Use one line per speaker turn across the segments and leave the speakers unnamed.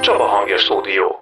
Csaba Hangja Stúdió.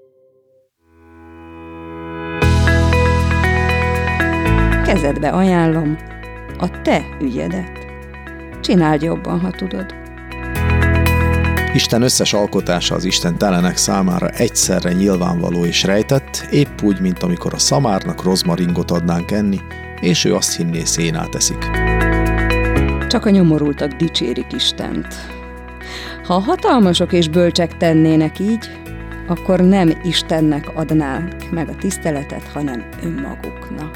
Kezedbe ajánlom a te ügyedet. Csináld jobban, ha tudod.
Isten összes alkotása az istentelenek számára egyszerre nyilvánvaló és rejtett, épp úgy, mint amikor a szamárnak rozmaringot adnánk enni, és ő azt hinné szénát eszik.
Csak a nyomorultak dicsérik Istent. Ha a hatalmasok és bölcsek tennének így, akkor nem Istennek adnák meg a tiszteletet, hanem önmaguknak.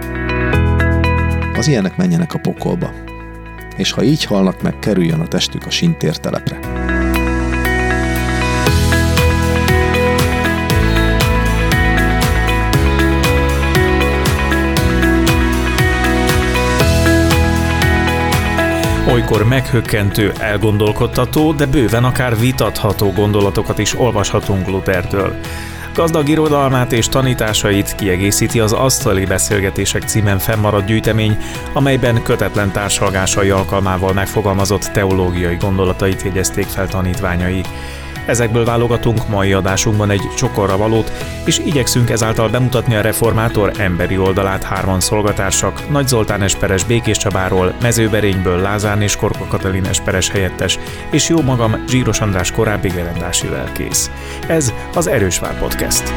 Az ilyenek menjenek a pokolba, és ha így halnak meg, kerüljön a testük a sintértelepre.
Olykor meghökkentő, elgondolkodtató, de bőven akár vitatható gondolatokat is olvashatunk Luthertől. Gazdag irodalmát és tanításait kiegészíti az Asztali Beszélgetések címen fennmaradt gyűjtemény, amelyben kötetlen társalgásai alkalmával megfogalmazott teológiai gondolatait jegyezték fel tanítványai. Ezekből válogatunk mai adásunkban egy csokorra valót, és igyekszünk ezáltal bemutatni a reformátor emberi oldalát hárman szolgatársak, Nagy Zoltán esperes Békés Csabáról, Mezőberényből Lázár és Korka Katalin esperes helyettes, és jó magam Zsíros András korábbi gerendási lelkész. Ez az Erősvár Podcast.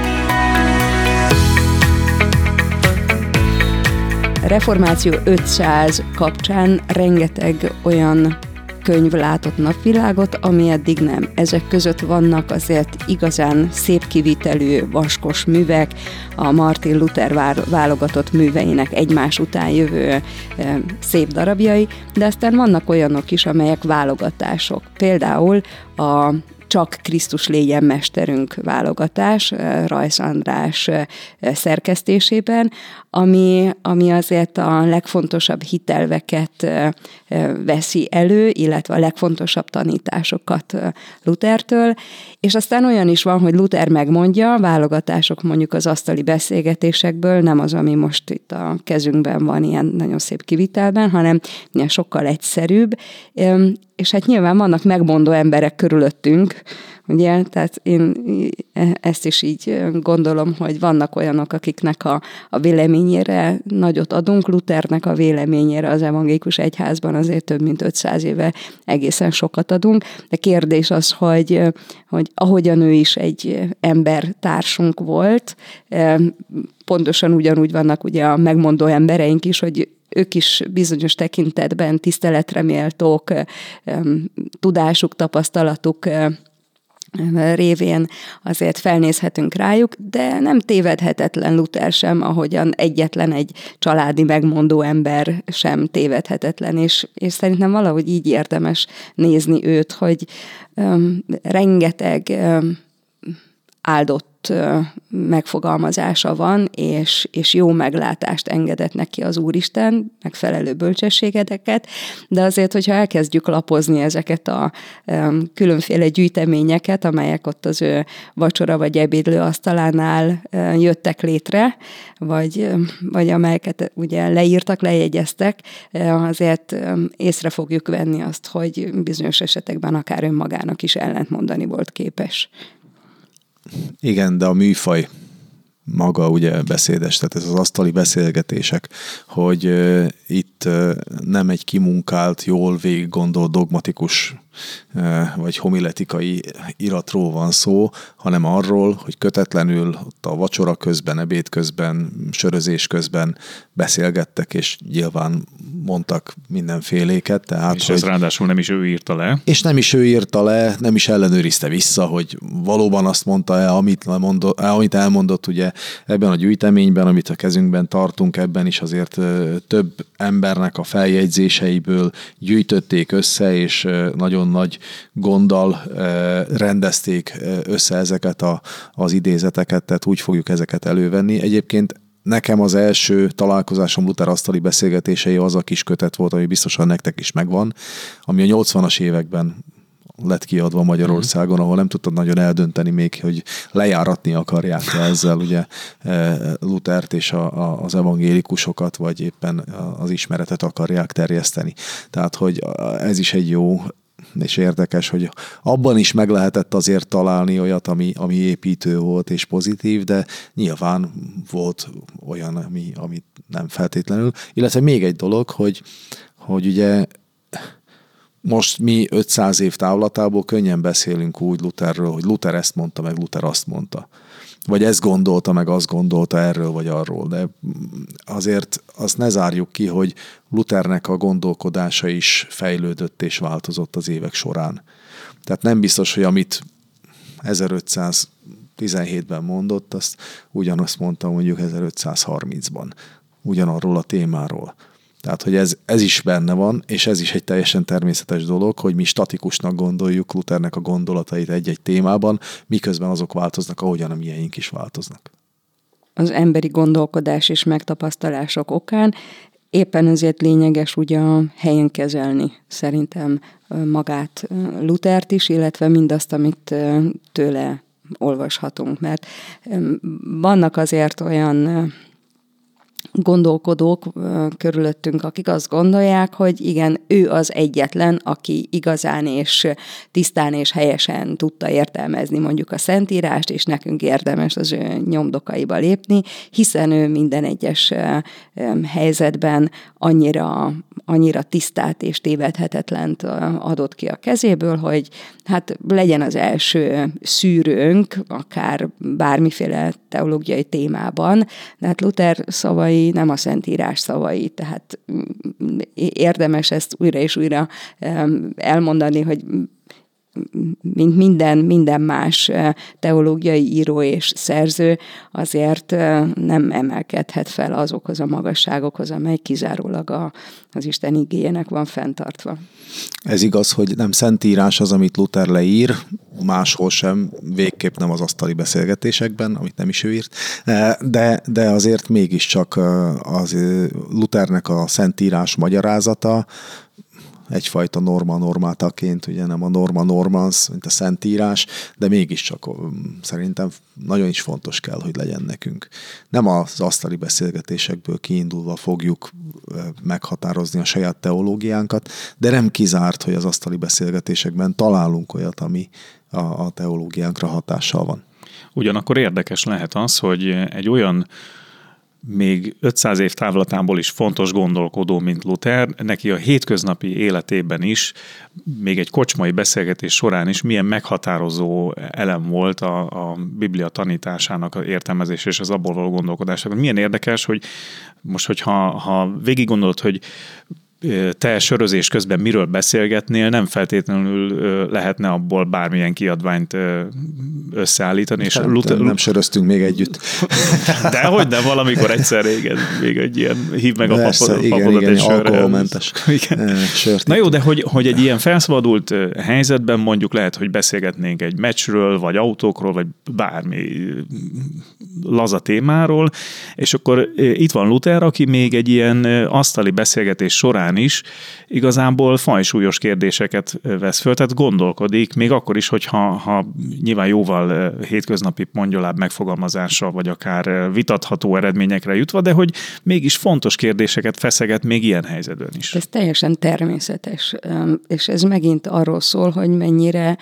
Reformáció 500 kapcsán rengeteg olyan könyv látott napvilágot, ami eddig nem. Ezek között vannak azért igazán szép kivitelű, vaskos művek, a Martin Luther válogatott műveinek egymás után jövő szép darabjai, de aztán vannak olyanok is, amelyek válogatások. Például a Csak Krisztus légyen mesterünk válogatás Rajsz András szerkesztésében, ami azért a legfontosabb hitelveket veszi elő, illetve a legfontosabb tanításokat Luthertől, és aztán olyan is van, hogy Luther megmondja, válogatások mondjuk az Asztali Beszélgetésekből, nem az, ami most itt a kezünkben van ilyen nagyon szép kivitelben, hanem ilyen sokkal egyszerűbb, és hát nyilván vannak megmondó emberek körülöttünk, ugye, tehát én ezt is így gondolom, hogy vannak olyanok, akiknek a véleményére nagyot adunk. Luthernek a véleményére az evangélikus egyházban azért több mint 500 éve egészen sokat adunk, de kérdés az, hogy ahogyan ő is egy embertársunk volt, pontosan ugyanúgy vannak ugye a megmondó embereink is, hogy ők is bizonyos tekintetben tiszteletre méltók, tudásuk, tapasztalatuk révén azért felnézhetünk rájuk, de nem tévedhetetlen Luther sem, ahogyan egyetlen egy családi megmondó ember sem tévedhetetlen, és szerintem valahogy így érdemes nézni őt, hogy rengeteg áldott megfogalmazása van, és jó meglátást engedett neki az Úristen, megfelelő bölcsességedeket, de azért, hogyha elkezdjük lapozni ezeket a különféle gyűjteményeket, amelyek ott az ő vacsora vagy ebédlő asztalánál jöttek létre, vagy amelyeket ugye leírtak, lejegyeztek, azért észre fogjuk venni azt, hogy bizonyos esetekben akár önmagának is ellentmondani volt képes.
Igen, de a műfaj maga ugye beszédes, tehát ez az asztali beszélgetések, hogy itt nem egy kimunkált, jól végig gondolt dogmatikus vagy homiletikai iratról van szó, hanem arról, hogy kötetlenül ott a vacsora közben, ebéd közben, sörözés közben beszélgettek, és nyilván mondtak mindenféléket. Tehát,
és ez ráadásul nem is ő írta le.
És nem is ő írta le, nem is ellenőrizte vissza, hogy valóban azt mondta-e, amit elmondott ugye ebben a gyűjteményben, amit a kezünkben tartunk, ebben is azért több embernek a feljegyzéseiből gyűjtötték össze, és nagyon nagy gonddal rendezték össze ezeket az idézeteket, tehát úgy fogjuk ezeket elővenni. Egyébként nekem az első találkozásom Luther asztali beszélgetései az a kis kötet volt, ami biztosan nektek is megvan, ami a 80-as években lett kiadva Magyarországon, ahol nem tudtad nagyon eldönteni még, hogy lejáratni akarják ezzel ugye Luthert és az evangélikusokat, vagy éppen az ismeretet akarják terjeszteni. Tehát, hogy ez is egy jó és érdekes, hogy abban is meg lehetett azért találni olyat, ami építő volt és pozitív, de nyilván volt olyan, ami nem feltétlenül. Illetve még egy dolog, hogy ugye most mi 500 év távlatából könnyen beszélünk úgy Lutherről, hogy Luther ezt mondta, meg Luther azt mondta. Vagy ezt gondolta, meg azt gondolta erről, vagy arról. De azért azt ne zárjuk ki, hogy Luthernek a gondolkodása is fejlődött és változott az évek során. Tehát nem biztos, hogy amit 1517-ben mondott, azt ugyanazt mondta mondjuk 1530-ban. Ugyanarról a témáról. Tehát, hogy ez is benne van, és ez is egy teljesen természetes dolog, hogy mi statikusnak gondoljuk Luthernek a gondolatait egy-egy témában, miközben azok változnak, ahogyan a miénk is változnak.
Az emberi gondolkodás és megtapasztalások okán éppen ezért lényeges ugye a helyen kezelni szerintem magát Luthert is, illetve mindazt, amit tőle olvashatunk, mert vannak azért olyan gondolkodók körülöttünk, akik azt gondolják, hogy igen, ő az egyetlen, aki igazán és tisztán és helyesen tudta értelmezni mondjuk a Szentírást, és nekünk érdemes az ő nyomdokaiba lépni, hiszen ő minden egyes helyzetben annyira tisztát és tévedhetetlent adott ki a kezéből, hogy hát legyen az első szűrőnk, akár bármiféle teológiai témában, de hát Luther szavai nem a Szentírás szavai, tehát érdemes ezt újra és újra elmondani, hogy mint minden más teológiai író és szerző, azért nem emelkedhet fel azokhoz a magasságokhoz, amely kizárólag az Isten igéjének van fenntartva.
Ez igaz, hogy nem Szentírás az, amit Luther leír, máshol sem, végképp nem az asztali beszélgetésekben, amit nem is ő írt, de azért mégiscsak az Luthernek a Szentírás magyarázata egyfajta norma normátaként, ugye nem a norma normans, mint a Szentírás, de mégiscsak szerintem nagyon is fontos kell, hogy legyen nekünk. Nem az asztali beszélgetésekből kiindulva fogjuk meghatározni a saját teológiánkat, de nem kizárt, hogy az asztali beszélgetésekben találunk olyat, ami a teológiánkra hatással van.
Ugyanakkor érdekes lehet az, hogy egy olyan még 500 év távlatából is fontos gondolkodó, mint Luther, neki a hétköznapi életében is, még egy kocsmai beszélgetés során is milyen meghatározó elem volt a Biblia tanításának az értelmezés és az abból való gondolkodásában. Milyen érdekes, hogy most, hogyha végig gondolod, hogy te sörözés közben miről beszélgetnél, nem feltétlenül lehetne abból bármilyen kiadványt összeállítani. És
nem söröztünk még együtt.
Dehogy, de valamikor egyszer régen még egy ilyen hív meg
persze,
a papodat egy sörre.
Alkoholmentes sört.
Na jó, de hogy egy ilyen felszabadult helyzetben mondjuk lehet, hogy beszélgetnénk egy meccsről, vagy autókról, vagy bármi laza témáról, és akkor itt van Luther, aki még egy ilyen asztali beszélgetés során is igazából fajsúlyos kérdéseket vesz föl, tehát gondolkodik, még akkor is, hogyha nyilván jóval hétköznapi mondjolább megfogalmazással, vagy akár vitatható eredményekre jutva, de hogy mégis fontos kérdéseket feszeget még ilyen helyzetben is.
Ez teljesen természetes, és ez megint arról szól, hogy mennyire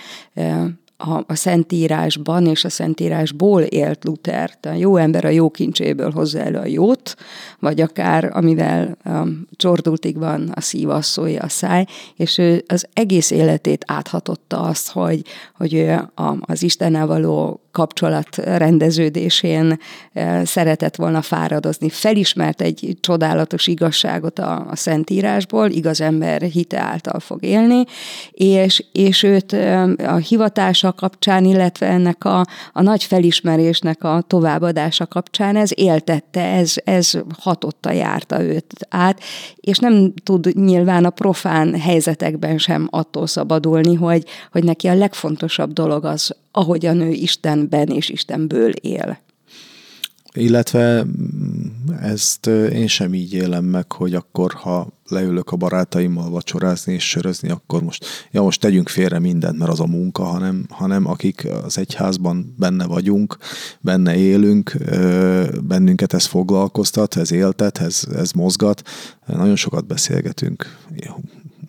a Szentírásban és a Szentírásból élt Luther. A jó ember a jó kincséből hozza elő a jót, vagy akár amivel csordultig van a szív, asszolja a száj, és ő az egész életét áthatotta azt, hogy ő az Istennel való kapcsolat rendeződésén szeretett volna fáradozni. Felismert egy csodálatos igazságot a Szentírásból, igaz ember hite által fog élni, és őt a hivatása kapcsán, illetve ennek a nagy felismerésnek a továbbadása kapcsán ez éltette, ez hatotta, járta őt át, és nem tud nyilván a profán helyzetekben sem attól szabadulni, hogy neki a legfontosabb dolog az, ahogyan ő Istenben és Istenből él.
Illetve ezt én sem így élem meg, hogy akkor, ha leülök a barátaimmal vacsorázni és sörözni, akkor most tegyünk félre mindent, mert az a munka, hanem akik az egyházban benne vagyunk, benne élünk, bennünket ez foglalkoztat, ez éltet, ez mozgat. Nagyon sokat beszélgetünk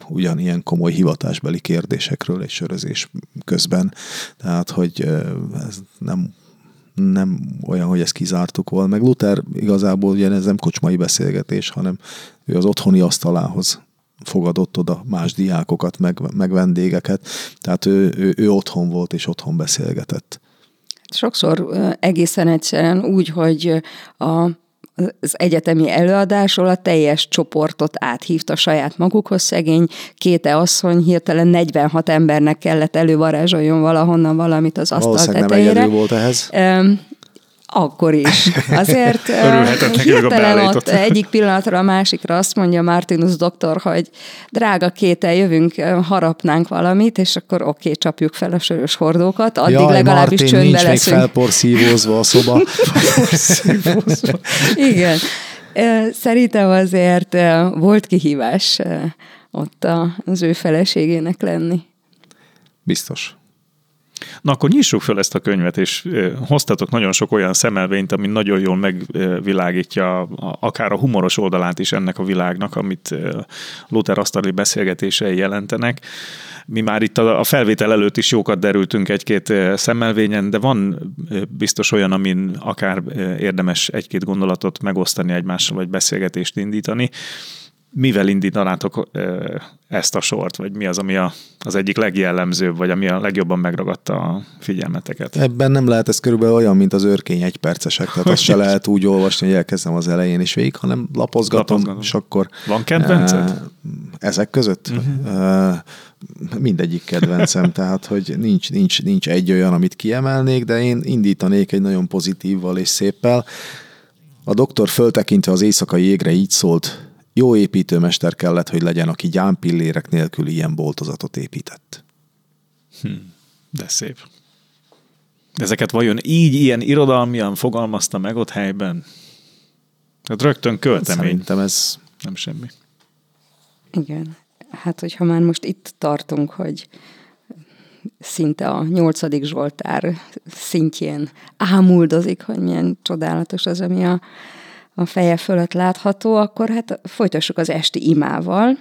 ugyanilyen komoly hivatásbeli kérdésekről egy sörözés közben. Tehát, hogy ez nem olyan, hogy ezt kizártuk volna. Meg Luther igazából ugye ez nem kocsmai beszélgetés, hanem ő az otthoni asztalához fogadott oda más diákokat, meg vendégeket. Tehát ő otthon volt, és otthon beszélgetett.
Sokszor egészen egyszerűen úgy, hogy az egyetemi előadásról a teljes csoportot áthívta saját magukhoz, szegény Kéte asszony hirtelen 46 embernek kellett elővarázsoljon valahonnan valamit az asztal tetejére.
Valószínűleg nem egyedül volt ehhez.
Akkor is. Azért hirtelen ott egyik pillanatra a másikra azt mondja Martinus doktor, hogy drága Kéte, jövünk, harapnánk valamit, és akkor oké, csapjuk fel a sörös hordókat, addig legalábbis
Martin,
csöndbe
nincs
leszünk.
még felporszívózva a szoba.
Igen. Szerintem azért volt kihívás ott az ő feleségének lenni.
Biztos.
Na akkor nyissuk föl ezt a könyvet, és hoztatok nagyon sok olyan szemelvényt, ami nagyon jól megvilágítja akár a humoros oldalát is ennek a világnak, amit Luther asztali beszélgetései jelentenek. Mi már itt a felvétel előtt is jókat derültünk egy-két szemelvényen, de van biztos olyan, amin akár érdemes egy-két gondolatot megosztani egymással, vagy beszélgetést indítani. Mivel indítanátok ezt a sort, vagy mi az, ami az egyik legjellemzőbb, vagy ami a legjobban megragadta a figyelmeteket?
Ebben nem lehet, ez körülbelül olyan, mint az őrkény egypercesek, tehát azt se lehet úgy olvasni, hogy elkezdem az elején és végig, hanem lapozgatom. És akkor...
Van kedvenced?
Ezek között? Mindegyik kedvencem, tehát hogy nincs egy olyan, amit kiemelnék, de én indítanék egy nagyon pozitívval és széppel. A doktor föltekintve az éjszakai égre így szólt: jó építőmester kellett, hogy legyen, aki gyámpillérek nélkül ilyen boltozatot épített.
De szép. Ezeket vajon így, ilyen irodalmian fogalmazta meg ott helyben? Hát rögtön költemény.
Szerintem ez...
Nem semmi.
Igen. Hát, hogyha már most itt tartunk, hogy szinte a 8. Zsoltár szintjén ámuldozik, hogy milyen csodálatos az, ami a feje fölött látható, akkor hát folytassuk az esti imával.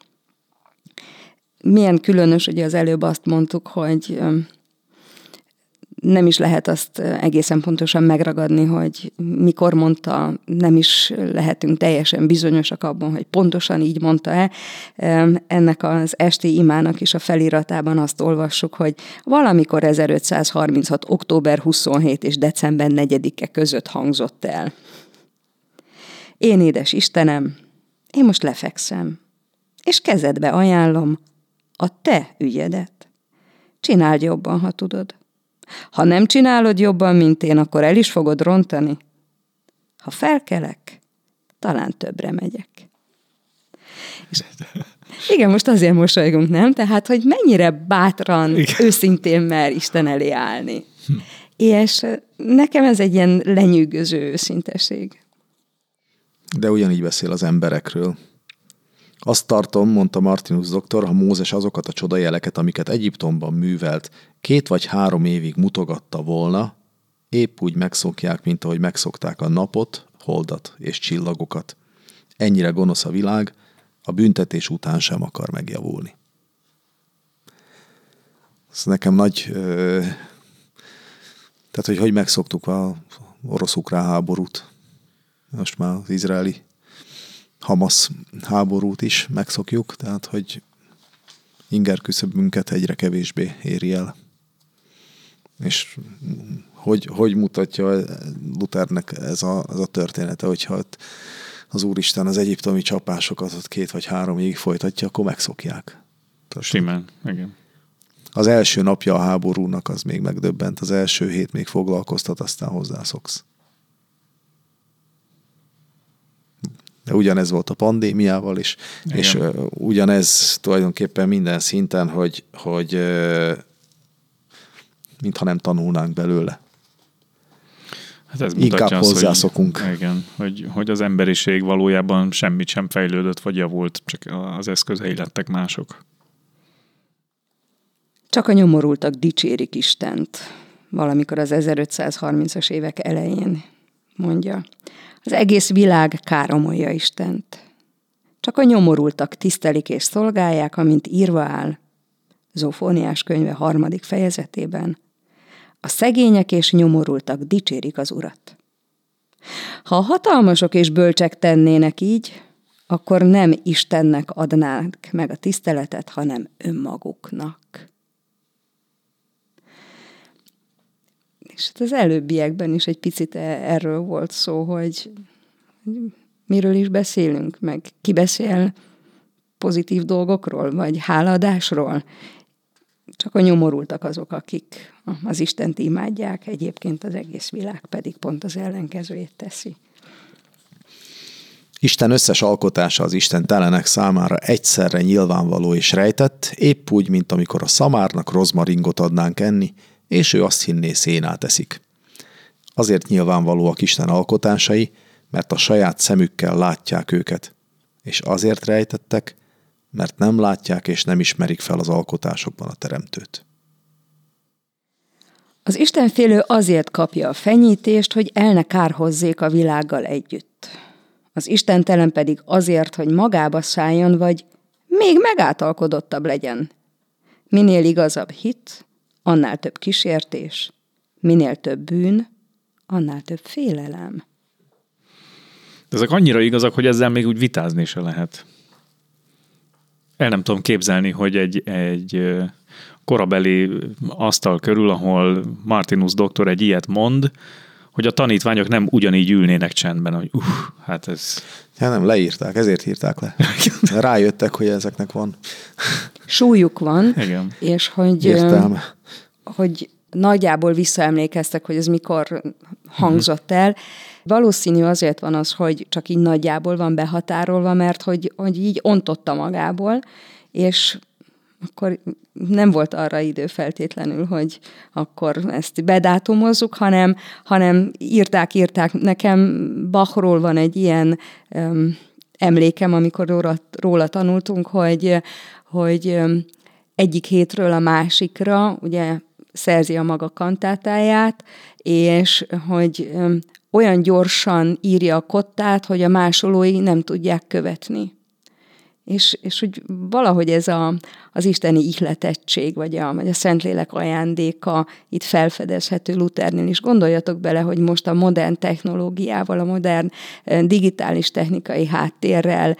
Milyen különös, ugye az előbb azt mondtuk, hogy nem is lehet azt egészen pontosan megragadni, hogy mikor mondta, nem is lehetünk teljesen bizonyosak abban, hogy pontosan így mondta-e. Ennek az esti imának is a feliratában azt olvassuk, hogy valamikor 1536. október 27 és december 4-e között hangzott el. Én, édes Istenem, én most lefekszem, és kezedbe ajánlom a te ügyedet. Csináld jobban, ha tudod. Ha nem csinálod jobban, mint én, akkor el is fogod rontani. Ha felkelek, talán többre megyek. És igen, most azért mosolygunk, nem? Tehát, hogy mennyire bátran, őszintén mer Isten elé állni. És nekem ez egy ilyen lenyűgöző őszinteség.
De ugyanígy beszél az emberekről. Azt tartom, mondta Martinus doktor, ha Mózes azokat a csodajeleket, amiket Egyiptomban művelt, 2 vagy 3 évig mutogatta volna, épp úgy megszokják, mint ahogy megszokták a napot, holdat és csillagokat. Ennyire gonosz a világ, a büntetés után sem akar megjavulni. Ez nekem nagy... Tehát, hogy megszoktuk az orosz-ukrán háborút. Most már az izraeli Hamasz háborút is megszokjuk, tehát hogy inger küszöbünket egyre kevésbé éri el. És hogy mutatja Luthernek ez a története, hogyha az Úristen az egyiptomi csapásokat ott 2 vagy 3 évig folytatja, akkor megszokják.
Simán, igen.
Az első napja a háborúnak az még megdöbbent, az első hét még foglalkoztat, aztán hozzászoksz. De ugyanez volt a pandémiával is, igen. És ugyanez tulajdonképpen minden szinten, hogy mintha nem tanulnánk belőle.
Hát ez
inkább hozzászokunk.
Igen, hogy az emberiség valójában semmit sem fejlődött, vagy javult, csak az eszközei lettek mások.
Csak a nyomorultak dicsérik Istent. Valamikor az 1530-as évek elején mondja. Az egész világ káromolja Istent. Csak a nyomorultak tisztelik és szolgálják, amint írva áll Zófóniás könyve 3. fejezetében. A szegények és nyomorultak dicsérik az Urat. Ha a hatalmasok és bölcsek tennének így, akkor nem Istennek adnák meg a tiszteletet, hanem önmaguknak. És az előbbiekben is egy picit erről volt szó, hogy miről is beszélünk, meg ki beszél pozitív dolgokról, vagy hálaadásról. Csak a nyomorultak azok, akik az Istent imádják, egyébként az egész világ pedig pont az ellenkezőjét teszi.
Isten összes alkotása az istentelenek számára egyszerre nyilvánvaló és rejtett, épp úgy, mint amikor a szamárnak rozmaringot adnánk enni, és ő azt hinné szénát eszik. Azért nyilvánvalóak Isten alkotásai, mert a saját szemükkel látják őket, és azért rejtettek, mert nem látják és nem ismerik fel az alkotásokban a teremtőt.
Az istenfélő azért kapja a fenyítést, hogy el ne kárhozzék a világgal együtt. Az istentelen pedig azért, hogy magába szálljon, vagy még megáltalkodottabb legyen. Minél igazabb hit, annál több kísértés, minél több bűn, annál több félelem.
De ezek annyira igazak, hogy ezzel még úgy vitázni se lehet. El nem tudom képzelni, hogy egy korabeli asztal körül, ahol Martinus doktor egy ilyet mond, hogy a tanítványok nem ugyanígy ülnének csendben, hogy hát ez...
Ja, nem, leírták, ezért írták le. Rájöttek, hogy ezeknek van.
Súlyuk van,
igen.
És hogy nagyjából visszaemlékeztek, hogy ez mikor hangzott el. Valószínű azért van az, hogy csak így nagyjából van behatárolva, mert hogy így ontotta magából, és akkor nem volt arra idő feltétlenül, hogy akkor ezt bedátumozzuk, hanem írták. Nekem Bachról van egy ilyen emlékem, amikor róla tanultunk, hogy egyik hétről a másikra ugye szerzi a maga kantátáját, és hogy olyan gyorsan írja a kottát, hogy a másolói nem tudják követni. És hogy valahogy ez az isteni ihletettség, vagy a Szentlélek ajándéka itt felfedezhető Luthernél is. Gondoljatok bele, hogy most a modern technológiával, a modern digitális technikai háttérrel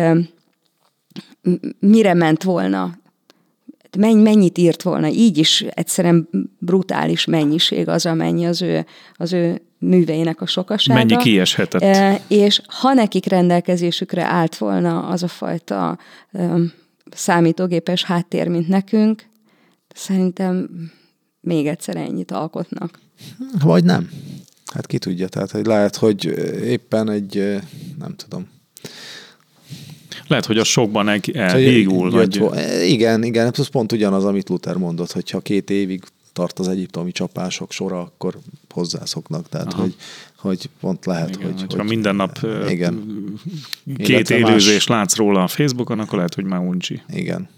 mire ment volna? Mennyit írt volna? Így is egyszerűen brutális mennyiség az, amennyi az ő műveinek a sokasága.
Mennyi kieshetett.
És ha nekik rendelkezésükre állt volna az a fajta számítógépes háttér, mint nekünk, szerintem még egyszer ennyit alkotnak.
Vagy nem. Hát ki tudja. Tehát hogy lehet, hogy éppen egy, nem tudom.
Lehet, hogy a sokban elhígul.
Igen, ez pont ugyanaz, amit Luther mondott, hogyha 2 évig tart az egyiptomi csapások sora, akkor hozzászoknak. Tehát, hogy pont lehet,
igen,
hogy
minden nap igen. 2 élőzés látsz róla a Facebookon, akkor lehet, hogy már uncsi.
Igen.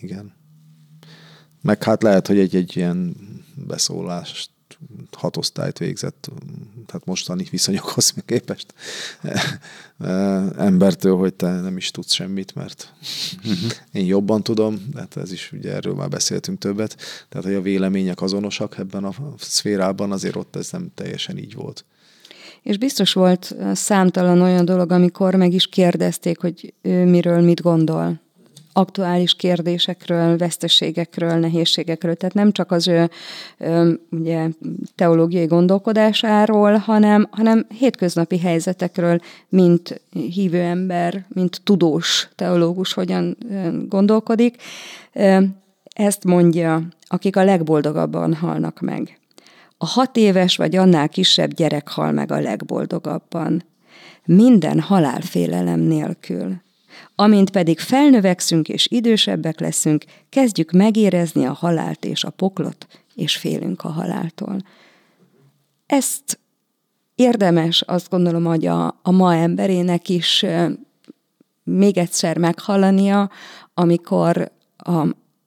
Meg hát lehet, hogy egy ilyen beszólást 6 osztályt végzett, tehát mostani viszonyokhoz képest embertől, hogy te nem is tudsz semmit, mert én jobban tudom, de hát ez is, ugye erről már beszéltünk többet, tehát hogy a vélemények azonosak ebben a szférában, azért ott ez nem teljesen így volt.
És biztos volt számtalan olyan dolog, amikor meg is kérdezték, hogy ő miről mit gondol. Aktuális kérdésekről, veszteségekről, nehézségekről. Tehát nem csak az ő ugye, teológiai gondolkodásáról, hanem hétköznapi helyzetekről, mint hívő ember, mint tudós teológus hogyan gondolkodik. Ezt mondja, akik a legboldogabban halnak meg. A 6 éves vagy annál kisebb gyerek hal meg a legboldogabban. Minden halálfélelem nélkül. Amint pedig felnövekszünk és idősebbek leszünk, kezdjük megérezni a halált és a poklot, és félünk a haláltól. Ezt érdemes, azt gondolom, hogy a ma emberének is még egyszer meghallania, amikor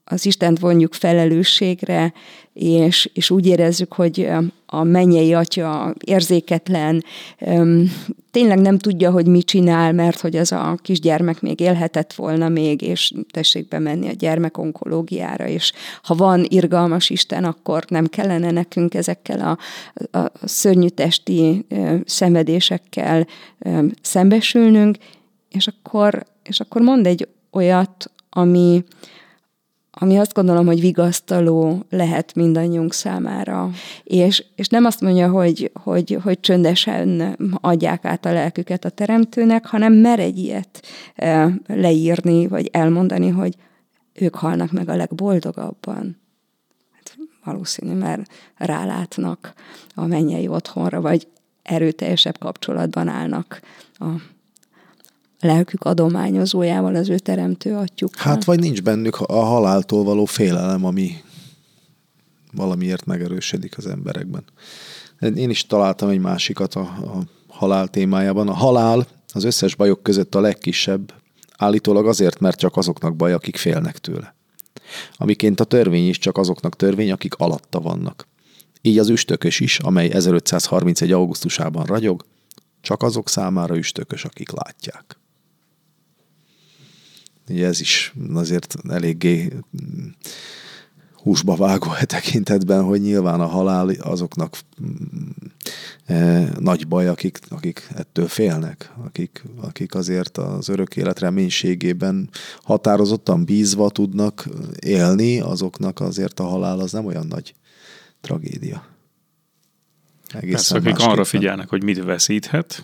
az Istent vonjuk felelősségre, és úgy érezzük, hogy a mennyei Atya érzéketlen, tényleg nem tudja, hogy mit csinál, mert hogy az a kisgyermek még élhetett volna még, és tessék bemenni a gyermekonkológiára, és ha van irgalmas Isten, akkor nem kellene nekünk ezekkel a szörnyű testi szenvedésekkel szembesülnünk, és akkor mond egy olyat, ami azt gondolom, hogy vigasztaló lehet mindannyiunk számára. És nem azt mondja, hogy csöndesen adják át a lelküket a Teremtőnek, hanem mer egy ilyet leírni, vagy elmondani, hogy ők halnak meg a legboldogabban. Hát valószínű, mert rálátnak a mennyei otthonra, vagy erőteljesebb kapcsolatban állnak a lelkük adományozójával, az ő teremtő atyukkal.
Hát vagy nincs bennük a haláltól való félelem, ami valamiért megerősödik az emberekben. Én is találtam egy másikat a halál témájában. A halál az összes bajok között a legkisebb, állítólag azért, mert csak azoknak baj, akik félnek tőle. Amiként a törvény is csak azoknak törvény, akik alatta vannak. Így az üstökös is, amely 1531. augusztusában ragyog, csak azok számára üstökös, akik látják. Ugye ez is azért eléggé húsba vágó tekintetben, hogy nyilván a halál azoknak nagy baj, akik ettől félnek, akik azért az örök élet reménységében határozottan bízva tudnak élni, azoknak azért a halál az nem olyan nagy tragédia.
Persze, akik arra figyelnek, hogy mit veszíthet.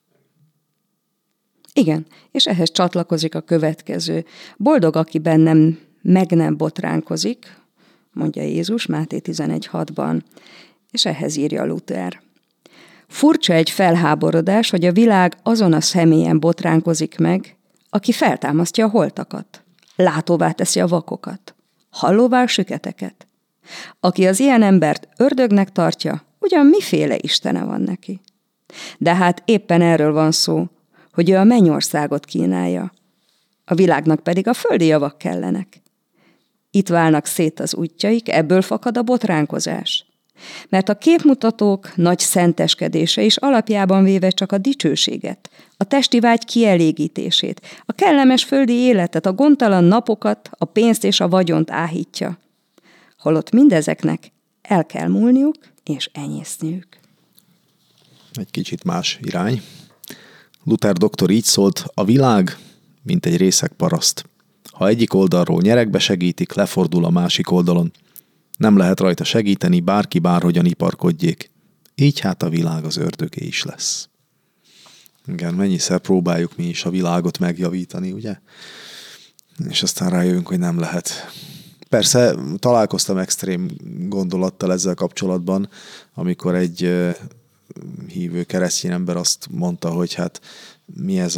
Igen, és ehhez csatlakozik a következő. Boldog, aki bennem meg nem botránkozik, mondja Jézus Máté 11.6-ban, és ehhez írja Luther. Furcsa egy felháborodás, hogy a világ azon a személyen botránkozik meg, aki feltámasztja a holtakat, látóvá teszi a vakokat, hallóvá a süketeket. Aki az ilyen embert ördögnek tartja, ugyan miféle istene van neki. De hát éppen erről van szó, hogy ő a mennyországot kínálja, a világnak pedig a földi javak kellenek. Itt válnak szét az útjaik, ebből fakad a botránkozás. Mert a képmutatók nagy szenteskedése is alapjában véve csak a dicsőséget, a testi vágy kielégítését, a kellemes földi életet, a gondtalan napokat, a pénzt és a vagyont áhítja. Holott mindezeknek el kell múlniuk és enyészniük.
Egy kicsit más irány. Luther doktor így szólt, a világ, mint egy részeg paraszt. Ha egyik oldalról nyeregbe segítik, lefordul a másik oldalon. Nem lehet rajta segíteni, bárki bárhogyan iparkodjék. Így hát a világ az ördögé is lesz. Igen, mennyiszer próbáljuk mi is a világot megjavítani, ugye? És aztán rájövünk, hogy nem lehet. Persze találkoztam extrém gondolattal ezzel kapcsolatban, amikor egy hívő keresztény ember azt mondta, hogy hát mi ez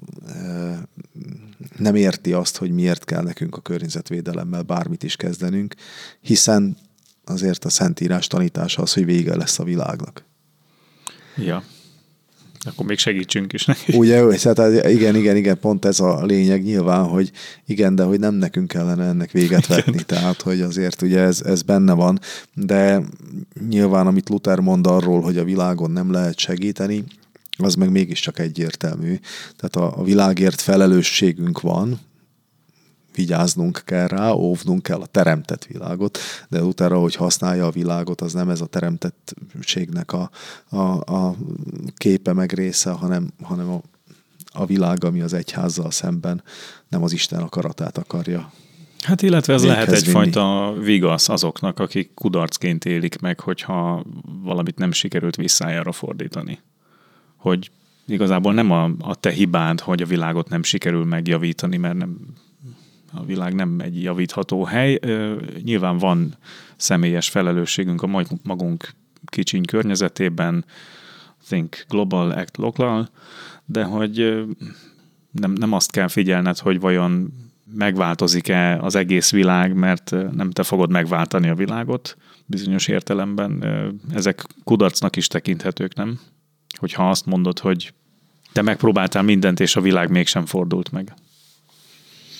nem érti azt, hogy miért kell nekünk a környezetvédelemmel bármit is kezdenünk, hiszen azért a Szentírás tanítása az, hogy vége lesz a világnak.
Ja. Akkor még segítsünk is neki.
Ugye, hát igen, pont ez a lényeg nyilván, hogy igen, de hogy nem nekünk kellene ennek véget vetni, tehát hogy azért ugye ez benne van, de nyilván amit Luther mond arról, hogy a világon nem lehet segíteni, az meg mégiscsak egyértelmű. Tehát a világért felelősségünk van, vigyáznunk kell rá, óvnunk kell a teremtett világot, de utána, hogy használja a világot, az nem ez a teremtettségnek a képe meg része, hanem a világ, ami az egyházzal szemben nem az Isten akaratát akarja.
Hát illetve ez lehet egyfajta vigasz azoknak, akik kudarcként élik meg, hogyha valamit nem sikerült visszájára fordítani. Hogy igazából nem a te hibád, hogy a világot nem sikerül megjavítani, mert a világ nem egy javítható hely. Nyilván van személyes felelősségünk a magunk kicsiny környezetében, think global, act local, de hogy nem azt kell figyelned, hogy vajon megváltozik-e az egész világ, mert nem te fogod megváltani a világot bizonyos értelemben. Ezek kudarcnak is tekinthetők, nem? Hogyha azt mondod, hogy te megpróbáltál mindent, és a világ mégsem fordult meg.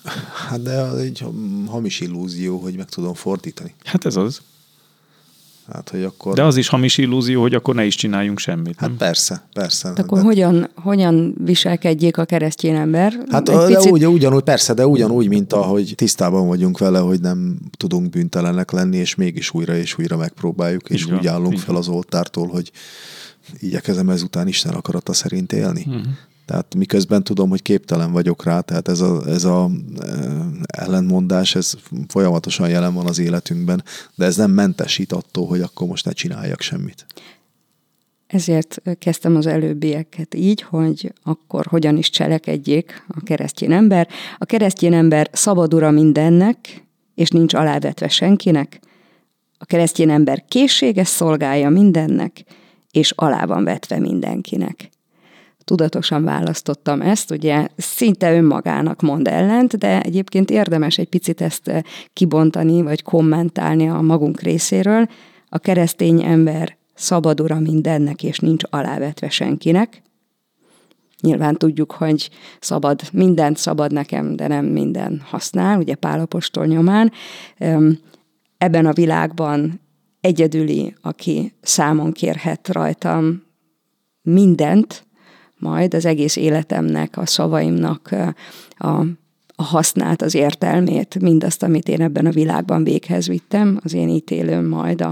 Hát de egy hamis illúzió, hogy meg tudom fordítani.
Hát ez az.
Hát, hogy akkor...
De az is hamis illúzió, hogy akkor ne is csináljunk semmit.
Hát
nem?
persze.
De akkor hogyan viselkedjék a keresztény ember?
Hát ugyanúgy, persze, de ugyanúgy, mint ahogy tisztában vagyunk vele, hogy nem tudunk bűntelenek lenni, és mégis újra és újra megpróbáljuk, és úgy állunk fel az oltártól, hogy igyekezem ezután Isten akarata szerint élni. Tehát miközben tudom, hogy képtelen vagyok rá, tehát ez a ellentmondás, ez folyamatosan jelen van az életünkben, de ez nem mentesít attól, hogy akkor most ne csináljak semmit.
Ezért kezdtem az előbbieket így, hogy akkor hogyan is cselekedjék a keresztény ember. A keresztény ember szabad ura mindennek, és nincs alávetve senkinek. A keresztény ember készséges szolgálja mindennek, és alá van vetve mindenkinek. Tudatosan választottam ezt, ugye szinte önmagának mond ellent, de egyébként érdemes egy picit ezt kibontani, vagy kommentálni a magunk részéről. A keresztény ember szabad ura mindennek, és nincs alávetve senkinek. Nyilván tudjuk, hogy mindent szabad nekem, de nem minden használ, ugye Pál apostol nyomán. Ebben a világban egyedüli, aki számon kérhet rajtam mindent, majd az egész életemnek, a szavaimnak a hasznát, az értelmét, mindazt, amit én ebben a világban véghez vittem, az én ítélőm majd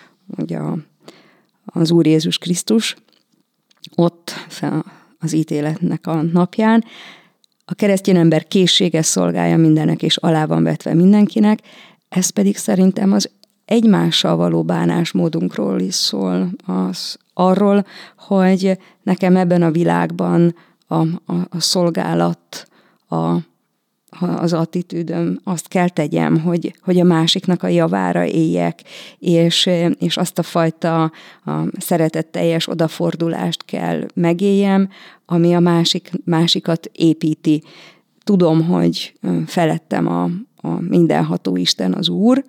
az Úr Jézus Krisztus, ott az ítéletnek a napján. A keresztény ember készséges szolgálja mindennek, és alá van vetve mindenkinek, ez pedig szerintem az egymással való bánásmódunkról is szól, arról, hogy nekem ebben a világban a szolgálat, az attitűdöm, azt kell tegyem, hogy a másiknak a javára éljek, és azt a fajta szeretetteljes odafordulást kell megéljem, ami a másikat építi. Tudom, hogy felettem a mindenható Isten az Úr,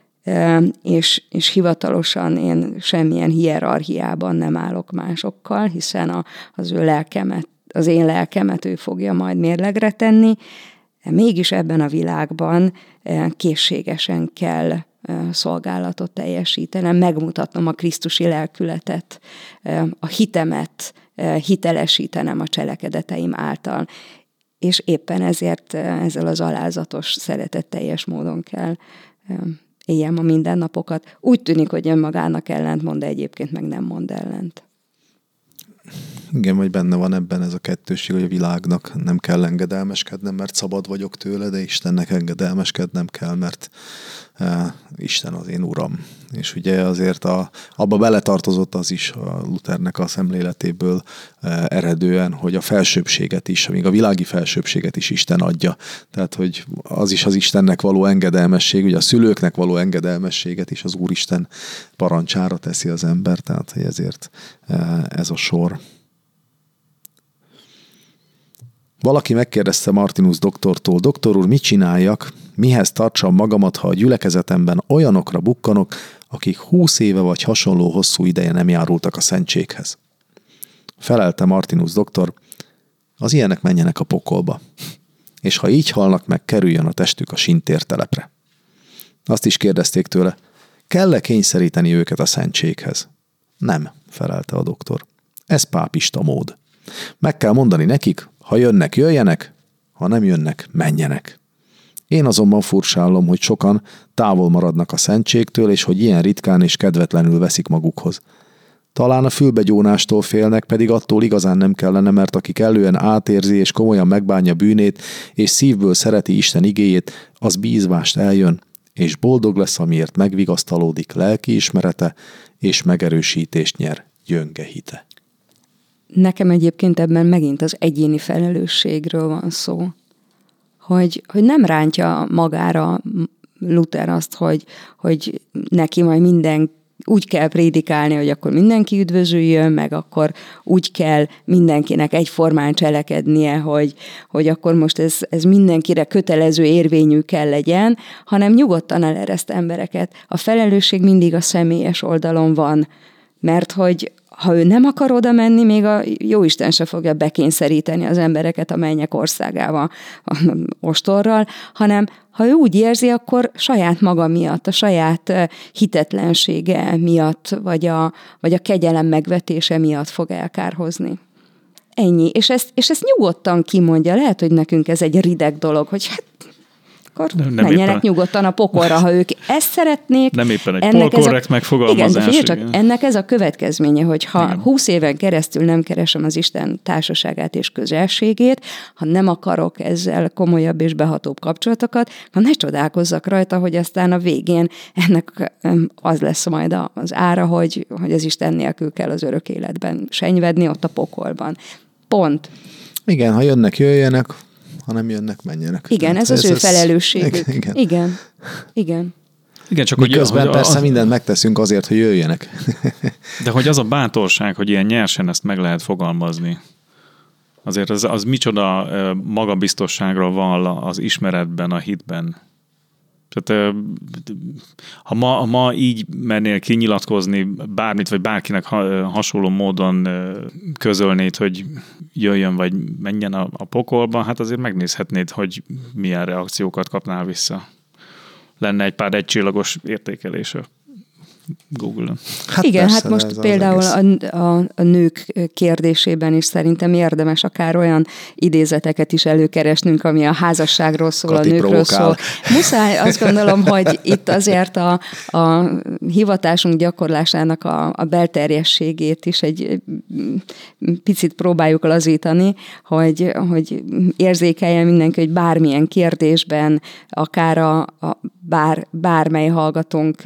és hivatalosan én semmilyen hierarchiában nem állok másokkal, hiszen az én lelkemet ő fogja majd mérlegre tenni, mégis ebben a világban készségesen kell szolgálatot teljesítenem, megmutatnom a krisztusi lelkületet, a hitemet hitelesítenem a cselekedeteim által. És éppen ezért ezzel az alázatos, szeretetteljes módon kell éljem a mindennapokat. Úgy tűnik, hogy önmagának ellentmond, de egyébként meg nem mond ellent.
Igen, vagy benne van ebben ez a kettőség, hogy a világnak nem kell engedelmeskednem, mert szabad vagyok tőle, de Istennek engedelmeskednem kell, mert Isten az én Uram. És ugye azért abba beletartozott az is a Luthernek a szemléletéből eredően, hogy a felsőbbséget is, még a világi felsőbbséget is Isten adja. Tehát, hogy az is az Istennek való engedelmesség, ugye a szülőknek való engedelmességet is az Úristen parancsára teszi az ember, tehát hogy ezért ez a sor. Valaki megkérdezte Martinus doktortól, doktor úr, mit csináljak, mihez tartsam magamat, ha a gyülekezetemben olyanokra bukkanok, akik 20 éve vagy hasonló hosszú ideje nem járultak a szentséghez. Felelte Martinus doktor, az ilyenek menjenek a pokolba, és ha így halnak meg, kerüljön a testük a sintértelepre. Azt is kérdezték tőle, kell-e kényszeríteni őket a szentséghez? Nem, felelte a doktor. Ez pápista mód. Meg kell mondani nekik, ha jönnek, jöjjenek, ha nem jönnek, menjenek. Én azonban furcsálom, hogy sokan távol maradnak a szentségtől, és hogy ilyen ritkán és kedvetlenül veszik magukhoz. Talán a fülbegyónástól félnek, pedig attól igazán nem kellene, mert aki kellően átérzi és komolyan megbánja bűnét, és szívből szereti Isten igéjét, az bízvást eljön, és boldog lesz, amiért megvigasztalódik lelkiismerete, és megerősítést nyer gyönge hite.
Nekem egyébként ebben megint az egyéni felelősségről van szó. Hogy nem rántja magára Luther azt, hogy neki majd minden úgy kell prédikálni, hogy akkor mindenki üdvözüljön, meg akkor úgy kell mindenkinek egyformán cselekednie, hogy akkor most ez mindenkire kötelező érvényű kell legyen, hanem nyugodtan elereszt embereket. A felelősség mindig a személyes oldalon van, mert hogy ha ő nem akar oda menni, még a jóisten se fogja bekényszeríteni az embereket a mennyek országába ostorral, hanem ha ő úgy érzi, akkor saját maga miatt, a saját hitetlensége miatt, vagy a kegyelem megvetése miatt fog elkárhozni. Ennyi. És ezt nyugodtan kimondja. Lehet, hogy nekünk ez egy rideg dolog, hogy hát akkor menjenek nyugodtan a pokolra, ha ők ezt szeretnék.
Nem éppen egy polkorrekt megfogalmazás.
Igen, csak ennek ez a következménye, hogy ha 20 éven keresztül nem keresem az Isten társaságát és közelségét, ha nem akarok ezzel komolyabb és behatóbb kapcsolatokat, ha ne csodálkozzak rajta, hogy aztán a végén ennek az lesz majd az ára, hogy az Isten nélkül kell az örök életben senyvedni ott a pokolban. Pont.
Igen, ha jönnek, jöjjenek, ha nem jönnek, menjenek.
Igen, ez az ő felelősségük. Igen.
Igen, csak
miközben persze mindent megteszünk azért, hogy jöjjenek.
De hogy az a bátorság, hogy ilyen nyersen ezt meg lehet fogalmazni. Azért az micsoda magabiztosságra vall az ismeretben, a hitben. Tehát ha ma így mernél kinyilatkozni bármit, vagy bárkinek hasonló módon közölnéd, hogy jöjjön, vagy menjen a pokolba, hát azért megnézhetnéd, hogy milyen reakciókat kapnál vissza. Lenne egy pár egycsillagos értékelése Google-on.
Hát igen, persze, hát most például a nők kérdésében is szerintem érdemes akár olyan idézeteket is előkeresnünk, ami a házasságról szól, Kati a nőkről provokál. Szól. Muszáj, azt gondolom, hogy itt azért a hivatásunk gyakorlásának a belterjességét is egy picit próbáljuk lazítani, hogy érzékeljen mindenki, hogy bármilyen kérdésben, akár bármely hallgatónk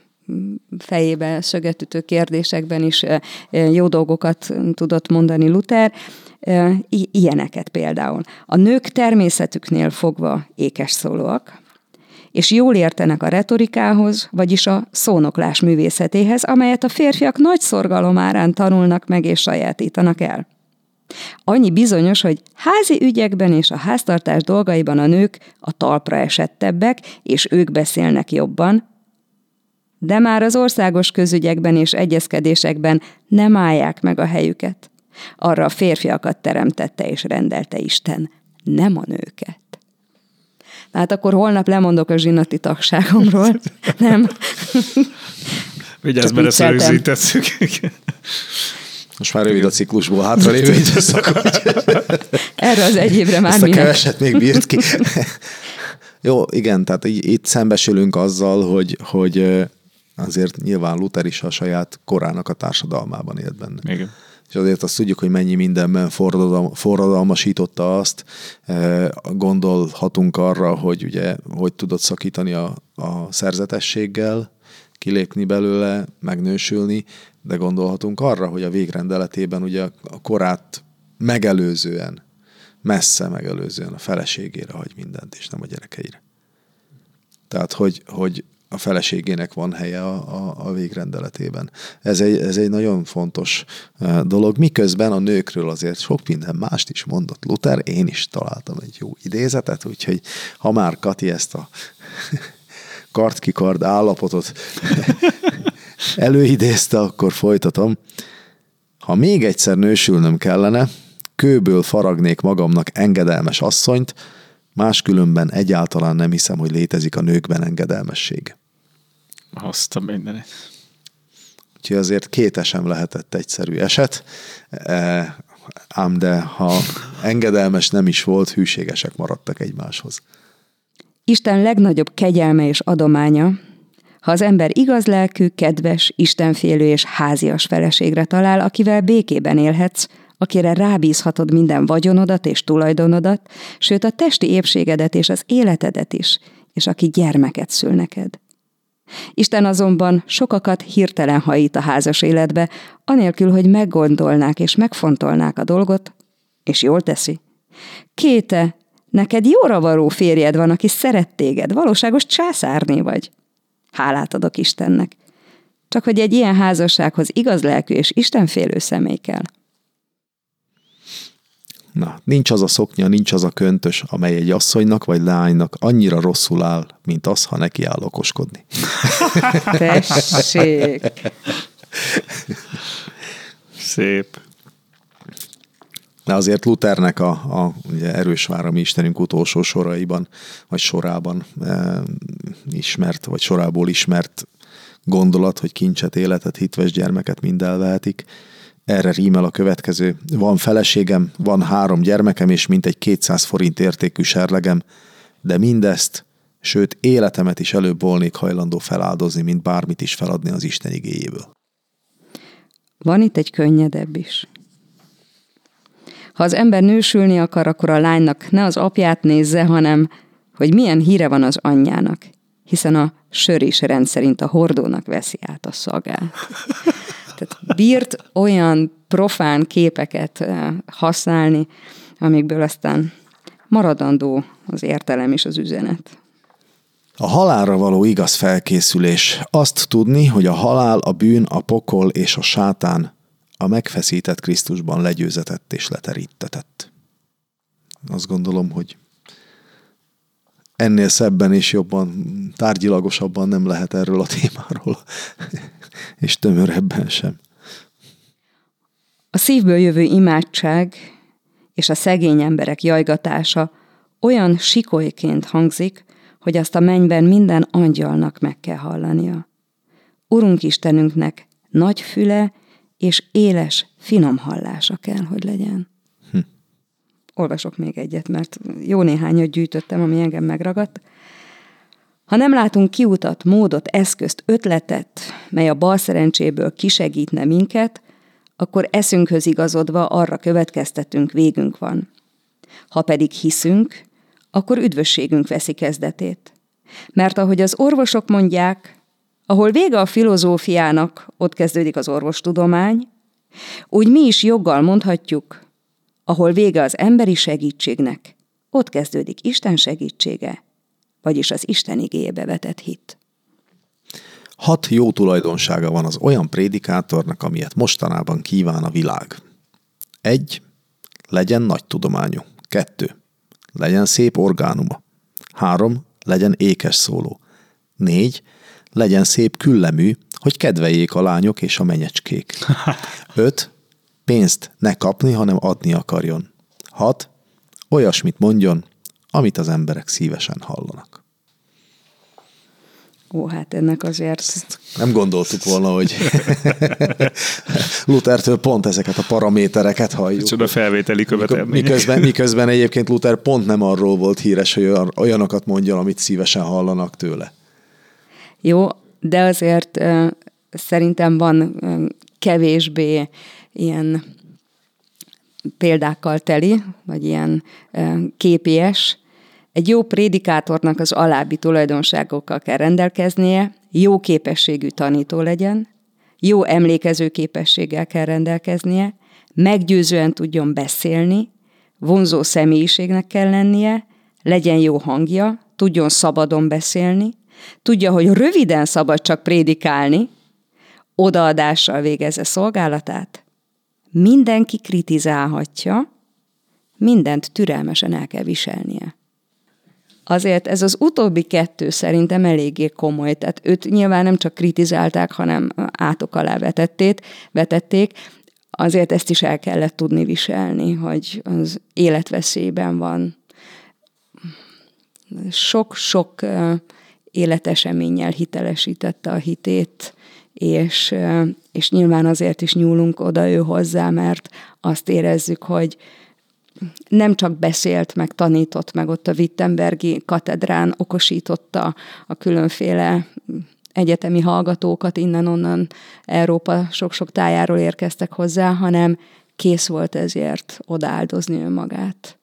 fejébe szögetütő kérdésekben is jó dolgokat tudott mondani Luther. Ilyeneket például. A nők természetüknél fogva ékes szólóak, és jól értenek a retorikához, vagyis a szónoklás művészetéhez, amelyet a férfiak nagy szorgalom árán tanulnak meg és sajátítanak el. Annyi bizonyos, hogy házi ügyekben és a háztartás dolgaiban a nők a talpra esettebbek, és ők beszélnek jobban, de már az országos közügyekben és egyezkedésekben nem állják meg a helyüket. Arra a férfiakat teremtette és rendelte Isten, nem a nőket. Hát akkor holnap lemondok a zsinati tagságomról, nem?
Vigyázz, mert ezt rögzítesszük.
Most már rövid a ciklusból hátralévő időszak.
Erre az egy évre már
minek. Ezt a keveset még bírt ki. Jó, igen, tehát itt szembesülünk azzal, hogy azért nyilván Luther is a saját korának a társadalmában élt benne.
Igen.
És azért azt tudjuk, hogy mennyi mindenben forradalmasította azt. Gondolhatunk arra, hogy ugye, hogy tudott szakítani a szerzetességgel, kilépni belőle, megnősülni, de gondolhatunk arra, hogy a végrendeletében ugye a korát megelőzően, messze megelőzően a feleségére hagy mindent, és nem a gyerekeire. Tehát, hogy a feleségének van helye a végrendeletében. Ez egy nagyon fontos dolog, miközben a nőkről azért sok minden mást is mondott Luther, én is találtam egy jó idézetet, úgyhogy ha már Kati ezt a kard-kikard állapotot előidézte, akkor folytatom. Ha még egyszer nősülnöm kellene, kőből faragnék magamnak engedelmes asszonyt, máskülönben egyáltalán nem hiszem, hogy létezik a nőkben engedelmesség.
Azt a mindenit.
Úgyhogy azért kétesem lehetett egyszerű eset, ám de ha engedelmes nem is volt, hűségesek maradtak egymáshoz.
Isten legnagyobb kegyelme és adománya, ha az ember igaz lelkű, kedves, istenfélő és házias feleségre talál, akivel békében élhetsz, akire rábízhatod minden vagyonodat és tulajdonodat, sőt a testi épségedet és az életedet is, és aki gyermeket szül neked. Isten azonban sokakat hirtelen hajít a házas életbe, anélkül, hogy meggondolnák és megfontolnák a dolgot, és jól teszi. Kéte, neked jóra való férjed van, aki szeret téged, valóságos császárné vagy. Hálát adok Istennek. Csak hogy egy ilyen házassághoz igaz lelkű és istenfélő személy kell.
Na, nincs az a szoknya, nincs az a köntös, amely egy asszonynak vagy lánynak annyira rosszul áll, mint az, ha neki áll okoskodni.
Tessék!
Szép.
De azért Luthernek a ugye erős mi Istenünk utolsó soraiban, vagy sorában ismert, vagy sorából ismert gondolat, hogy kincset, életet, hitves gyermeket mind elvehetik. Erre rímel a következő. Van feleségem, van 3 gyermekem, és mintegy 200 forint értékű serlegem, de mindezt, sőt életemet is előbb volnék hajlandó feláldozni, mint bármit is feladni az Isten igéjéből.
Van itt egy könnyedebb is. Ha az ember nősülni akar, akkor a lánynak ne az apját nézze, hanem hogy milyen híre van az anyjának, hiszen a sör is rendszerint a hordónak veszi át a szagát. Tehát bírt olyan profán képeket használni, amikből aztán maradandó az értelem és az üzenet.
A halálra való igaz felkészülés. Azt tudni, hogy a halál, a bűn, a pokol és a sátán a megfeszített Krisztusban legyőzetett és leterítetett. Azt gondolom, hogy ennél szebben és jobban, tárgyilagosabban nem lehet erről a témáról, és tömörebben sem.
A szívből jövő imádság és a szegény emberek jajgatása olyan sikolyként hangzik, hogy azt a mennyben minden angyalnak meg kell hallania. Urunk Istenünknek nagy füle és éles, finom hallása kell, hogy legyen. Olvasok még egyet, mert jó néhányat gyűjtöttem, ami engem megragadt. Ha nem látunk kiutat, módot, eszközt, ötletet, mely a balszerencséből kisegítne minket, akkor eszünkhöz igazodva arra következtetünk, végünk van. Ha pedig hiszünk, akkor üdvösségünk veszi kezdetét. Mert ahogy az orvosok mondják, ahol vége a filozófiának, ott kezdődik az orvostudomány, úgy mi is joggal mondhatjuk, ahol vége az emberi segítségnek, ott kezdődik Isten segítsége, vagyis az Isten igéjébe vetett hit.
6 jó tulajdonsága van az olyan prédikátornak, amilyet mostanában kíván a világ. 1. Legyen nagy tudományú. 2. Legyen szép orgánuma. 3. Legyen ékes szóló. 4. Legyen szép küllemű, hogy kedveljék a lányok és a menyecskék. 5. Pénzt ne kapni, hanem adni akarjon. 6. Olyasmit mondjon, amit az emberek szívesen hallanak.
Ó, hát ennek azért...
Nem gondoltuk volna, hogy Luthertől pont ezeket a paramétereket halljuk.
Csoda felvételi követelmények.
Miközben egyébként Luther pont nem arról volt híres, hogy olyanokat mondjon, amit szívesen hallanak tőle.
Jó, de azért szerintem van kevésbé ilyen példákkal teli, vagy ilyen képies. Egy jó prédikátornak az alábbi tulajdonságokkal kell rendelkeznie, jó képességű tanító legyen, jó emlékező képességgel kell rendelkeznie, meggyőzően tudjon beszélni, vonzó személyiségnek kell lennie, legyen jó hangja, tudjon szabadon beszélni, tudja, hogy röviden szabad csak prédikálni, odaadással végezze szolgálatát, mindenki kritizálhatja, mindent türelmesen el kell viselnie. Azért ez az utóbbi 2 szerintem eléggé komoly, tehát őt nyilván nem csak kritizálták, hanem átok alá vetették, azért ezt is el kellett tudni viselni, hogy az életveszélyben van. Sok-sok életeseménnyel hitelesítette a hitét, és nyilván azért is nyúlunk oda ő hozzá, mert azt érezzük, hogy nem csak beszélt, meg tanított, meg ott a Wittenbergi katedrán okosította a különféle egyetemi hallgatókat, innen-onnan Európa sok-sok tájáról érkeztek hozzá, hanem kész volt ezért odaáldozni önmagát.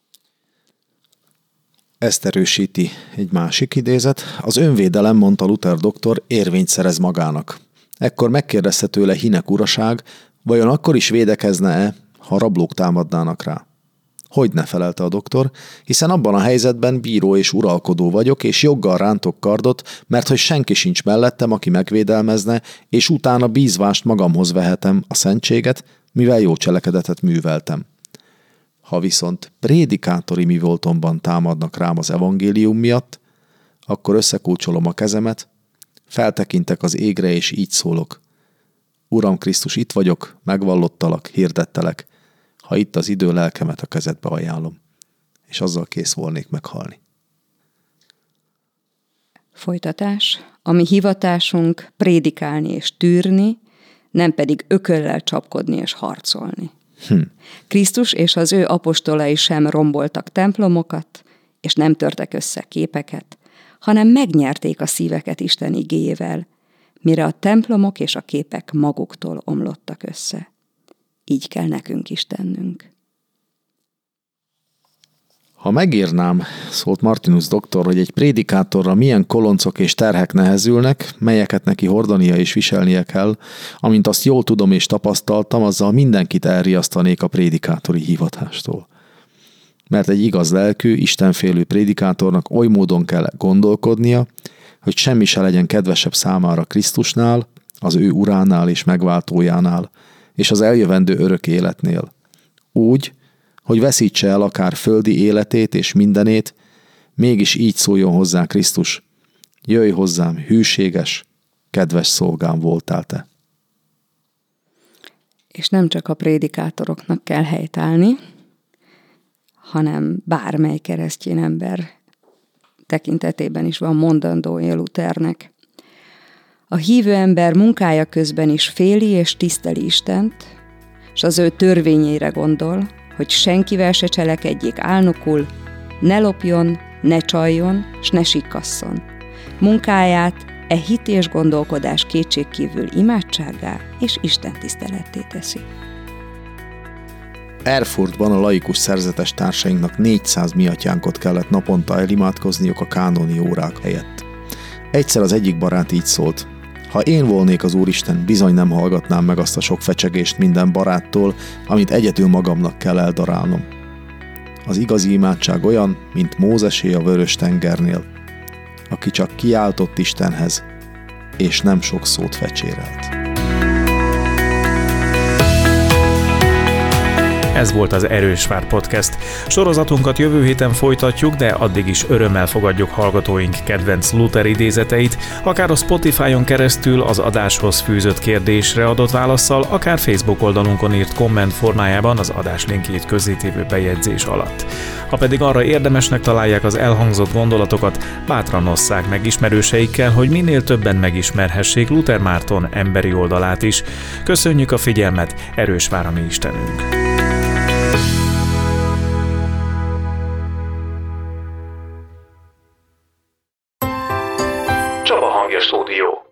Ezt erősíti egy másik idézet. Az önvédelem, mondta Luther doktor, érvényt szerez magának. Ekkor megkérdezte tőle Hinek uraság, vajon akkor is védekezne-e, ha rablók támadnának rá? Hogyne, felelte a doktor, hiszen abban a helyzetben bíró és uralkodó vagyok, és joggal rántok kardot, mert hogy senki sincs mellettem, aki megvédelmezne, és utána bízvást magamhoz vehetem a szentséget, mivel jó cselekedetet műveltem. Ha viszont prédikátori mi voltomban támadnak rám az evangélium miatt, akkor összekulcsolom a kezemet, feltekintek az égre, és így szólok. Uram Krisztus, itt vagyok, megvallottalak, hirdettelek. Ha itt az idő, lelkemet a kezedbe ajánlom. És azzal kész volnék meghalni.
Folytatás. A mi hivatásunk prédikálni és tűrni, nem pedig ököllel csapkodni és harcolni. Krisztus és az ő apostolai sem romboltak templomokat, és nem törtek össze képeket, hanem megnyerték a szíveket Isten igéjével, mire a templomok és a képek maguktól omlottak össze. Így kell nekünk is tennünk.
Ha megírnám, szólt Martinus doktor, hogy egy prédikátorra milyen koloncok és terhek nehezülnek, melyeket neki hordania és viselnie kell, amint azt jól tudom és tapasztaltam, azzal mindenkit elriasztanék a prédikátori hivatástól. Mert egy igaz lelkű, istenfélő prédikátornak oly módon kell gondolkodnia, hogy semmi se legyen kedvesebb számára Krisztusnál, az ő uránál és megváltójánál, és az eljövendő örök életnél. Úgy, hogy veszítse el akár földi életét és mindenét, mégis így szóljon hozzá Krisztus. Jöjj hozzám, hűséges, kedves szolgám voltál te.
És nem csak a prédikátoroknak kell helytállni, hanem bármely keresztény ember tekintetében is van mondandója Luthernek. A hívő ember munkája közben is féli és tiszteli Istent, és az ő törvényeire gondol, hogy senkivel se cselekedjék álnokul, ne lopjon, ne csaljon, s ne sikkasszon. Munkáját e hit és gondolkodás kétségkívül imádsággá és Isten tiszteletté teszi.
Erfurtban a laikus szerzetes társainknak 400 miatyánkot kellett naponta elimádkozniuk a kánoni órák helyett. Egyszer az egyik barát így szólt: ha én volnék az Úristen, bizony nem hallgatnám meg azt a sok fecsegést minden baráttól, amit egyedül magamnak kell eldarálnom. Az igazi imádság olyan, mint Mózesé a Vörös-tengernél, aki csak kiáltott Istenhez, és nem sok szót fecsérelt.
Ez volt az Erősvár Podcast. Sorozatunkat jövő héten folytatjuk, de addig is örömmel fogadjuk hallgatóink kedvenc Luther idézeteit, akár a Spotify-on keresztül az adáshoz fűzött kérdésre adott válasszal, akár Facebook oldalunkon írt komment formájában az adás linkjét közzétévő bejegyzés alatt. Ha pedig arra érdemesnek találják az elhangzott gondolatokat, bátran osszák meg ismerőseikkel, hogy minél többen megismerhessék Luther Márton emberi oldalát is. Köszönjük a figyelmet, Erősvár a mi Istenünk! Csaba Hangja Stúdió.